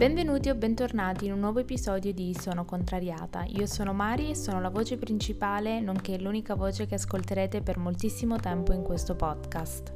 Benvenuti o bentornati in un nuovo episodio di Sono Contrariata. Io sono Mari e sono la voce principale, nonché l'unica voce che ascolterete per moltissimo tempo in questo podcast.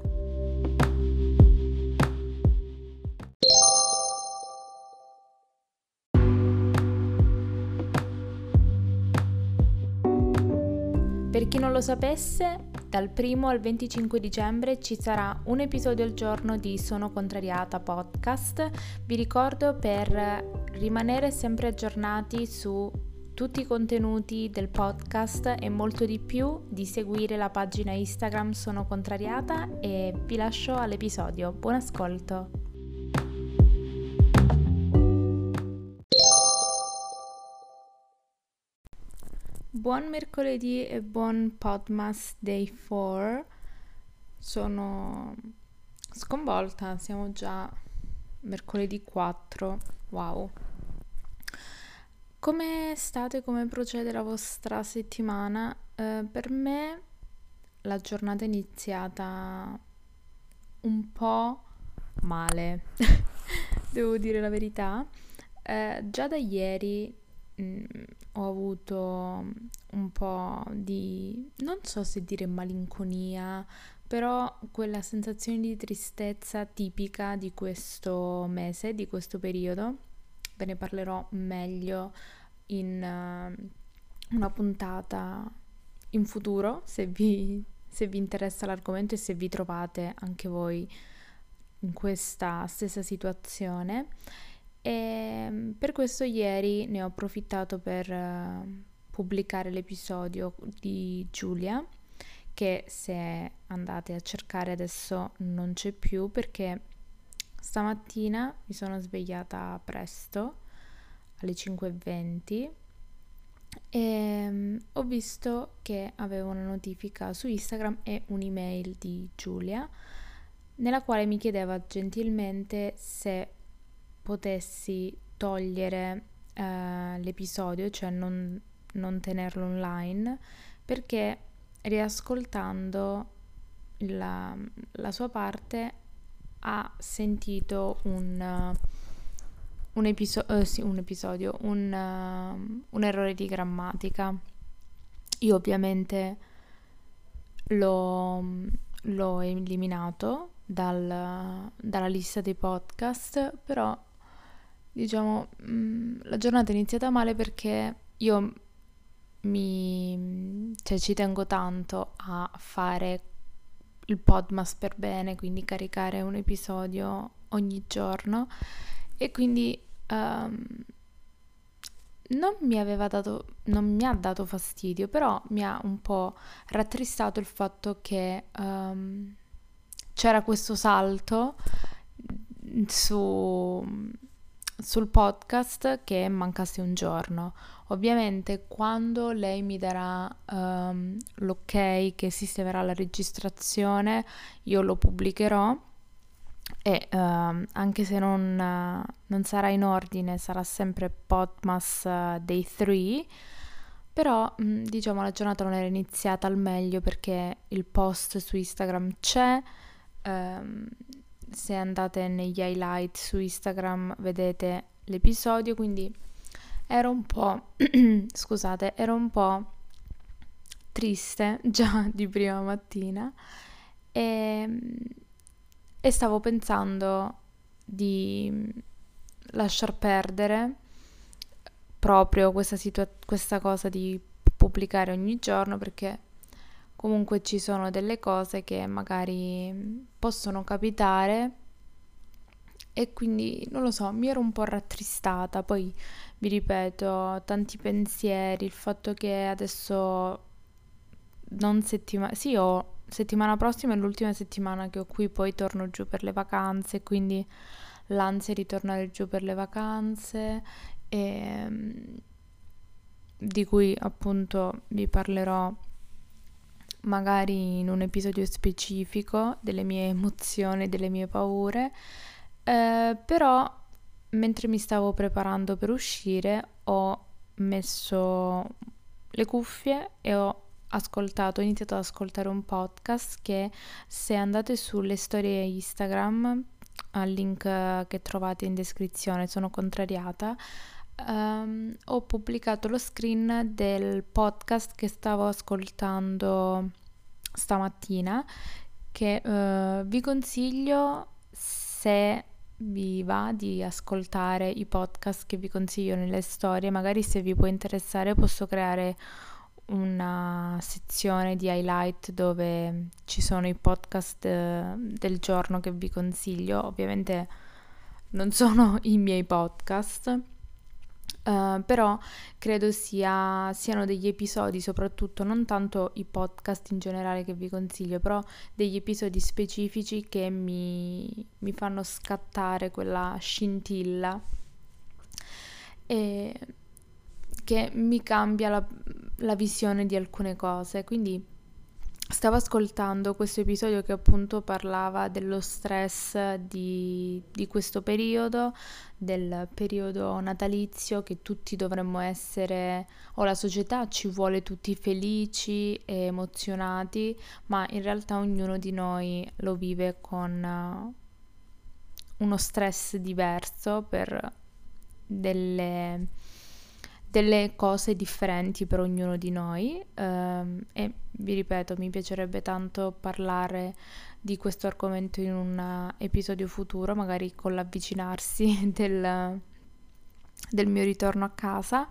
Per chi non lo sapesse, dal 1 al 25 dicembre ci sarà un episodio al giorno di Sono Contrariata podcast. Vi ricordo, per rimanere sempre aggiornati su tutti i contenuti del podcast e molto di più, di seguire la pagina Instagram Sono Contrariata, e vi lascio all'episodio. Buon ascolto! Buon mercoledì e buon Podmas Day 4. Sono sconvolta, siamo già mercoledì 4. Wow. Come state? Come procede la vostra settimana? Per me la giornata è iniziata un po' male, devo dire la verità. Già da ieri ho avuto un po' di, non so se dire malinconia, però quella sensazione di tristezza tipica di questo mese, di questo periodo. Ve ne parlerò meglio in una puntata in futuro, se vi interessa l'argomento e se vi trovate anche voi in questa stessa situazione. E per questo ieri ne ho approfittato per pubblicare l'episodio di Giulia, che se andate a cercare adesso non c'è più, perché stamattina mi sono svegliata presto, alle 5:20, e ho visto che avevo una notifica su Instagram e un'email di Giulia, nella quale mi chiedeva gentilmente se potessi togliere l'episodio, cioè non tenerlo online, perché riascoltando la sua parte ha sentito un errore di grammatica. Io ovviamente l'ho eliminato dalla lista dei podcast, però diciamo la giornata è iniziata male perché io ci tengo tanto a fare il Podmas per bene, quindi caricare un episodio ogni giorno, e quindi non mi ha dato fastidio, però mi ha un po' rattristato il fatto che c'era questo salto sul podcast, che mancasse un giorno. Ovviamente quando lei mi darà l'ok che sistemerà la registrazione, io lo pubblicherò, e anche se non sarà in ordine, sarà sempre Podmas Day 3, però diciamo la giornata non era iniziata al meglio, perché il post su Instagram c'è. Se andate negli highlight su Instagram vedete l'episodio, quindi ero un po' scusate, ero un po' triste già di prima mattina, e stavo pensando di lasciar perdere proprio questa cosa di pubblicare ogni giorno, perché comunque ci sono delle cose che magari possono capitare, e quindi non lo so, mi ero un po' rattristata. Poi vi ripeto, tanti pensieri, il fatto che adesso settimana prossima è l'ultima settimana che ho qui, poi torno giù per le vacanze, quindi l'ansia di tornare giù per le vacanze, di cui appunto vi parlerò magari in un episodio specifico, delle mie emozioni, delle mie paure. Però mentre mi stavo preparando per uscire ho messo le cuffie e ho iniziato ad ascoltare un podcast che, se andate sulle storie Instagram al link che trovate in descrizione, sono contrariata. Ho pubblicato lo screen del podcast che stavo ascoltando stamattina, che vi consiglio, se vi va, di ascoltare i podcast che vi consiglio nelle storie. Magari, se vi può interessare, posso creare una sezione di highlight dove ci sono i podcast del giorno che vi consiglio. Ovviamente non sono i miei podcast, però credo siano degli episodi, soprattutto, non tanto i podcast in generale che vi consiglio, però degli episodi specifici che mi fanno scattare quella scintilla e che mi cambia la visione di alcune cose. Quindi stavo ascoltando questo episodio che appunto parlava dello stress di questo periodo, del periodo natalizio, che tutti dovremmo essere, o la società ci vuole tutti felici e emozionati, ma in realtà ognuno di noi lo vive con uno stress diverso per delle cose differenti per ognuno di noi, e vi ripeto, mi piacerebbe tanto parlare di questo argomento in un episodio futuro, magari con l'avvicinarsi del mio ritorno a casa,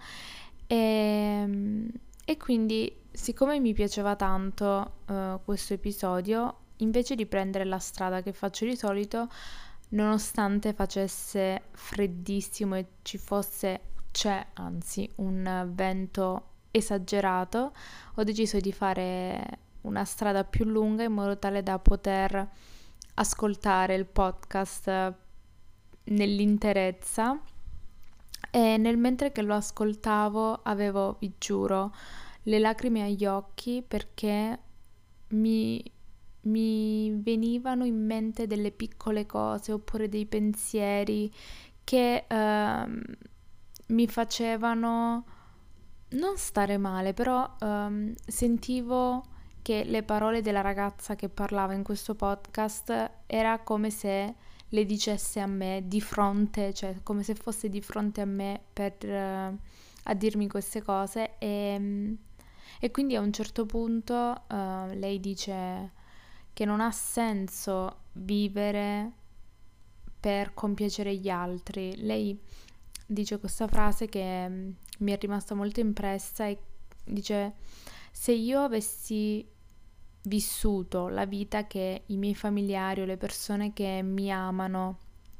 e quindi, siccome mi piaceva tanto questo episodio, invece di prendere la strada che faccio di solito, nonostante facesse freddissimo e c'è anzi un vento esagerato, ho deciso di fare una strada più lunga in modo tale da poter ascoltare il podcast nell'interezza. E mentre che lo ascoltavo avevo, vi giuro, le lacrime agli occhi, perché mi, mi venivano in mente delle piccole cose oppure dei pensieri che mi facevano non stare male, però sentivo che le parole della ragazza che parlava in questo podcast era come se le dicesse a me di fronte, cioè come se fosse di fronte a me a dirmi queste cose, e quindi a un certo punto lei dice che non ha senso vivere per compiacere gli altri. Lei dice questa frase che mi è rimasta molto impressa, e dice: se io avessi vissuto la vita che i miei familiari o le persone che mi amano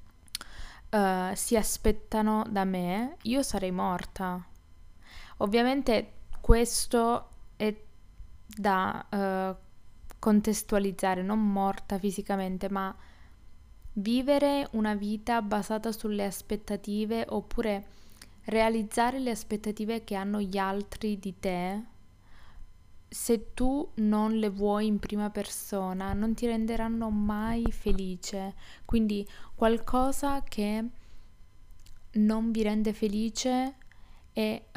si aspettano da me, io sarei morta. Ovviamente questo è da contestualizzare, non morta fisicamente, ma vivere una vita basata sulle aspettative, oppure realizzare le aspettative che hanno gli altri di te. Se tu non le vuoi in prima persona, non ti renderanno mai felice. Quindi qualcosa che non vi rende felice è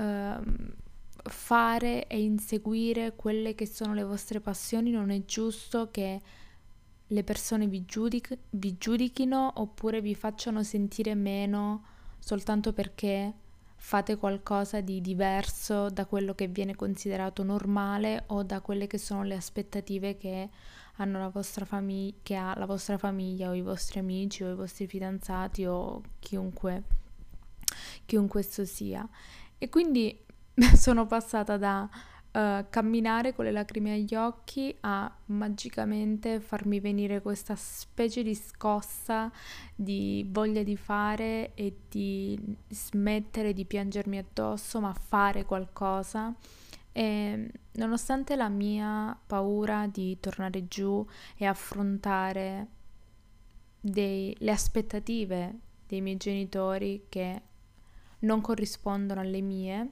fare e inseguire quelle che sono le vostre passioni. Non è giusto che le persone vi giudichino oppure vi facciano sentire meno soltanto perché fate qualcosa di diverso da quello che viene considerato normale, o da quelle che sono le aspettative che hanno che ha la vostra famiglia o i vostri amici o i vostri fidanzati o chiunque esso sia. E quindi sono passata da camminare con le lacrime agli occhi a magicamente farmi venire questa specie di scossa di voglia di fare e di smettere di piangermi addosso, ma fare qualcosa. E nonostante la mia paura di tornare giù e affrontare le aspettative dei miei genitori che non corrispondono alle mie,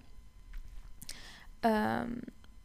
ehm,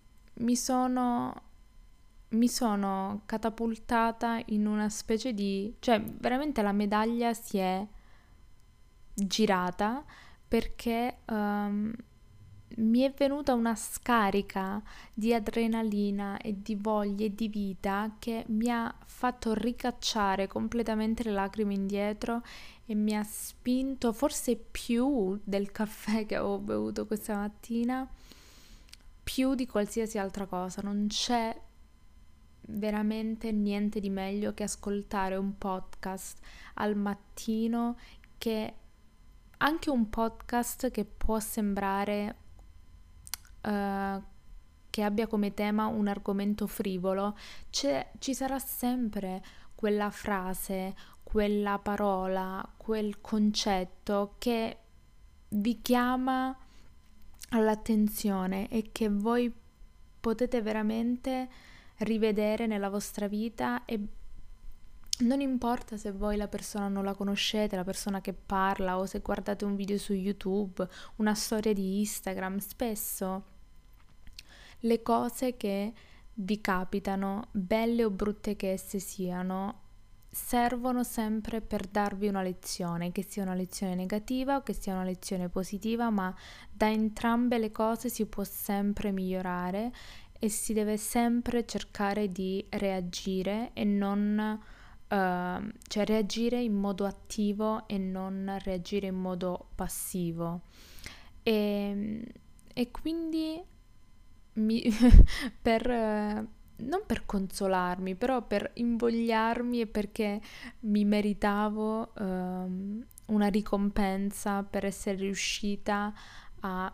mi sono catapultata in una specie di... cioè veramente la medaglia si è girata, perché mi è venuta una scarica di adrenalina e di voglia e di vita che mi ha fatto ricacciare completamente le lacrime indietro e mi ha spinto, forse più del caffè che avevo bevuto questa mattina, più di qualsiasi altra cosa. Non c'è veramente niente di meglio che ascoltare un podcast al mattino, che anche un podcast che può sembrare eh, che abbia come tema un argomento frivolo, ci sarà sempre quella frase, quella parola, quel concetto che vi chiama all'attenzione e che voi potete veramente rivedere nella vostra vita, e non importa se voi la persona non la conoscete, la persona che parla, o se guardate un video su YouTube, una storia di Instagram, spesso le cose che vi capitano, belle o brutte che esse siano, servono sempre per darvi una lezione, che sia una lezione negativa o che sia una lezione positiva, ma da entrambe le cose si può sempre migliorare e si deve sempre cercare di reagire e non cioè reagire in modo attivo e non reagire in modo passivo. E, e quindi mi, per, non per consolarmi, però per invogliarmi, e perché mi meritavo una ricompensa per essere riuscita a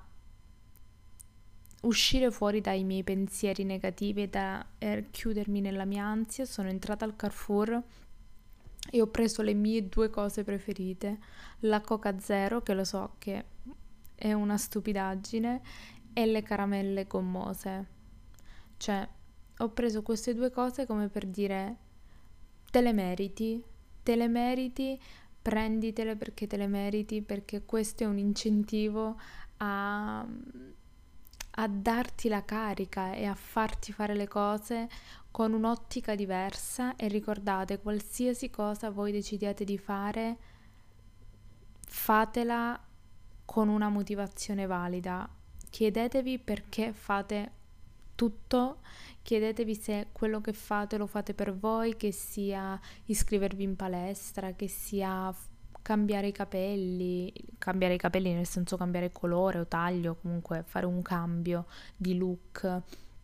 uscire fuori dai miei pensieri negativi e da chiudermi nella mia ansia. Sono entrata al Carrefour e ho preso le mie due cose preferite, la Coca Zero, che lo so che è una stupidaggine, e le caramelle gommose. Cioè, ho preso queste due cose come per dire: te le meriti, prenditele perché te le meriti, perché questo è un incentivo a, a darti la carica e a farti fare le cose con un'ottica diversa. E ricordate, qualsiasi cosa voi decidiate di fare, fatela con una motivazione valida. Chiedetevi perché fate tutto, chiedetevi se quello che fate lo fate per voi, che sia iscrivervi in palestra, che sia cambiare i capelli nel senso cambiare colore o taglio, comunque fare un cambio di look,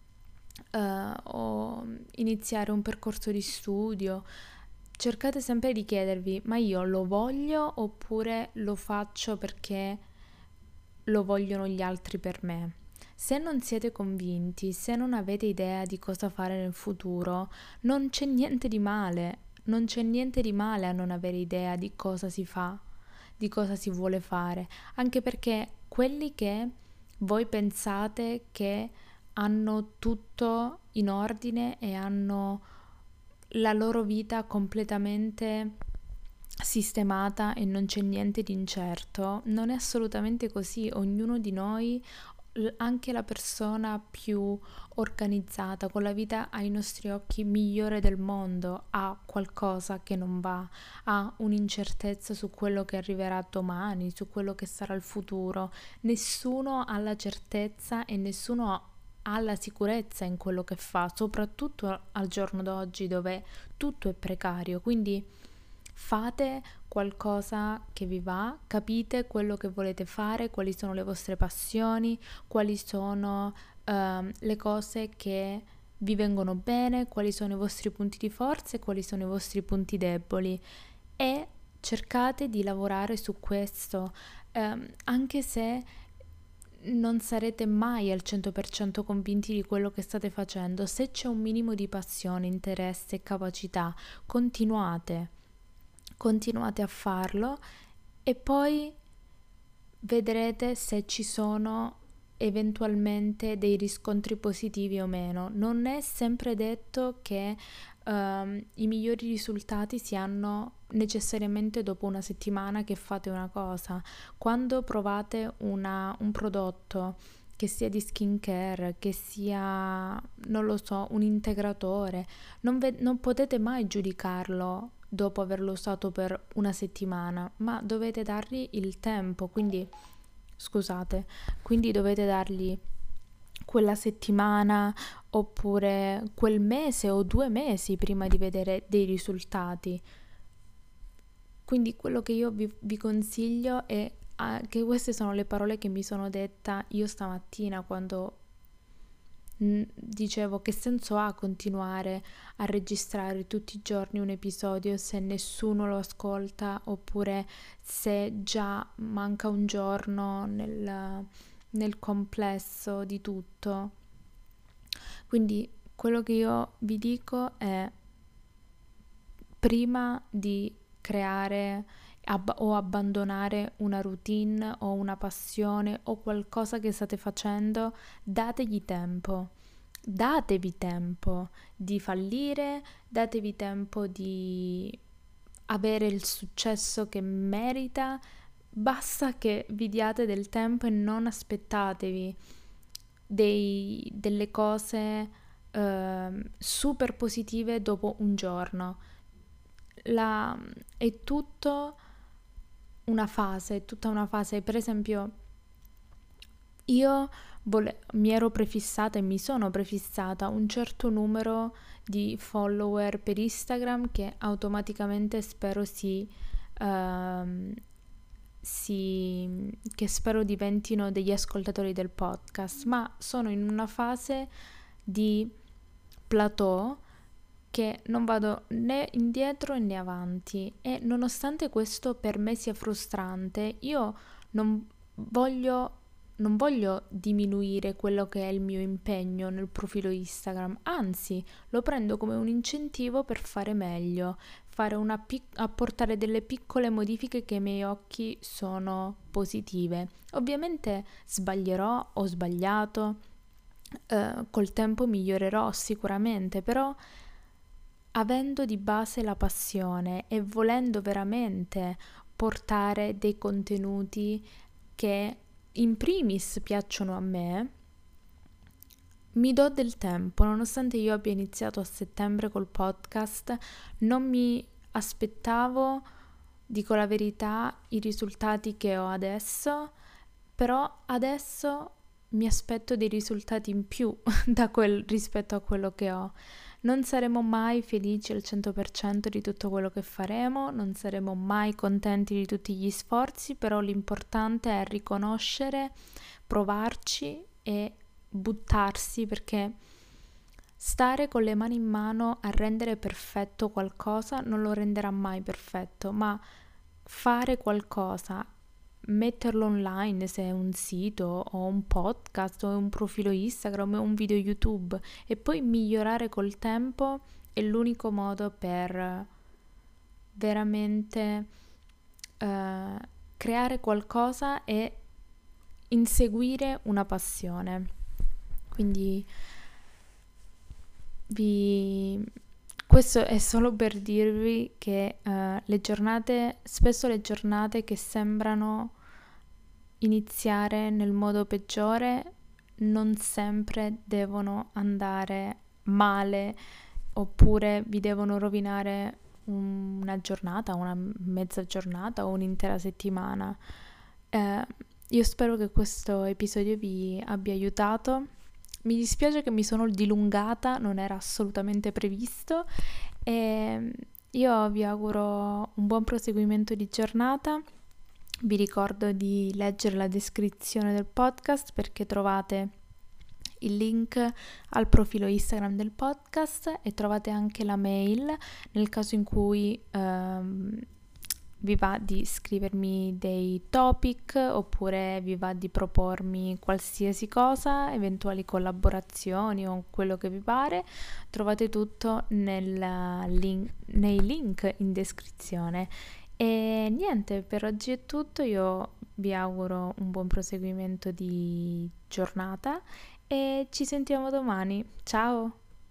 o iniziare un percorso di studio. Cercate sempre di chiedervi: ma io lo voglio oppure lo faccio perché lo vogliono gli altri per me? Se non siete convinti, se non avete idea di cosa fare nel futuro, non c'è niente di male, non c'è niente di male a non avere idea di cosa si fa, di cosa si vuole fare, anche perché quelli che voi pensate che hanno tutto in ordine e hanno la loro vita completamente sistemata e non c'è niente di incerto, non è assolutamente così. Ognuno di noi, anche la persona più organizzata, con la vita ai nostri occhi migliore del mondo, ha qualcosa che non va, ha un'incertezza su quello che arriverà domani, su quello che sarà il futuro. Nessuno ha la certezza e nessuno ha la sicurezza in quello che fa, soprattutto al giorno d'oggi dove tutto è precario. Quindi fate qualcosa che vi va, capite quello che volete fare, quali sono le vostre passioni, quali sono le cose che vi vengono bene, quali sono i vostri punti di forza e quali sono i vostri punti deboli, e cercate di lavorare su questo, anche se non sarete mai al 100% convinti di quello che state facendo. Se c'è un minimo di passione, interesse e capacità, continuate a farlo, e poi vedrete se ci sono eventualmente dei riscontri positivi o meno. Non è sempre detto che i migliori risultati si hanno necessariamente dopo una settimana che fate una cosa. Quando provate un prodotto, che sia di skincare, che sia, non lo so, un integratore, non potete mai giudicarlo dopo averlo usato per una settimana, ma dovete dargli il tempo. Quindi scusate, quindi dovete dargli quella settimana oppure quel mese o 2 mesi prima di vedere dei risultati. Quindi quello che io vi consiglio è che queste sono le parole che mi sono detta io stamattina quando dicevo che senso ha continuare a registrare tutti i giorni un episodio se nessuno lo ascolta oppure se già manca un giorno nel complesso di tutto. Quindi quello che io vi dico è prima di creare o abbandonare una routine o una passione o qualcosa che state facendo, dategli tempo. Datevi tempo di fallire, datevi tempo di avere il successo che merita, basta che vi diate del tempo e non aspettatevi delle cose super positive dopo un giorno. È tutto una fase, è tutta una fase. Per esempio, io mi ero prefissata e mi sono prefissata un certo numero di follower per Instagram che automaticamente spero che spero diventino degli ascoltatori del podcast, ma sono in una fase di plateau che non vado né indietro né avanti e nonostante questo per me sia frustrante, io non voglio, non voglio diminuire quello che è il mio impegno nel profilo Instagram, anzi lo prendo come un incentivo per fare meglio, apportare delle piccole modifiche che ai miei occhi sono positive. Ovviamente sbaglierò, ho sbagliato, col tempo migliorerò sicuramente, però avendo di base la passione e volendo veramente portare dei contenuti che in primis piacciono a me, mi do del tempo, nonostante io abbia iniziato a settembre col podcast, non mi aspettavo, dico la verità, i risultati che ho adesso, però adesso mi aspetto dei risultati in più rispetto a quello che ho. Non saremo mai felici al 100% di tutto quello che faremo, non saremo mai contenti di tutti gli sforzi, però l'importante è riconoscere, provarci e buttarsi, perché stare con le mani in mano a rendere perfetto qualcosa non lo renderà mai perfetto, ma fare qualcosa, metterlo online, se è un sito o un podcast o un profilo Instagram o un video YouTube, e poi migliorare col tempo è l'unico modo per veramente creare qualcosa e inseguire una passione. Quindi questo è solo per dirvi che spesso le giornate che sembrano iniziare nel modo peggiore non sempre devono andare male oppure vi devono rovinare una giornata, una mezza giornata o un'intera settimana. Io spero che questo episodio vi abbia aiutato. Mi dispiace che mi sono dilungata, non era assolutamente previsto, e io vi auguro un buon proseguimento di giornata. Vi ricordo di leggere la descrizione del podcast perché trovate il link al profilo Instagram del podcast e trovate anche la mail nel caso in cui vi va di scrivermi dei topic oppure vi va di propormi qualsiasi cosa, eventuali collaborazioni o quello che vi pare. Trovate tutto nei link in descrizione. E niente, per oggi è tutto, io vi auguro un buon proseguimento di giornata e ci sentiamo domani. Ciao!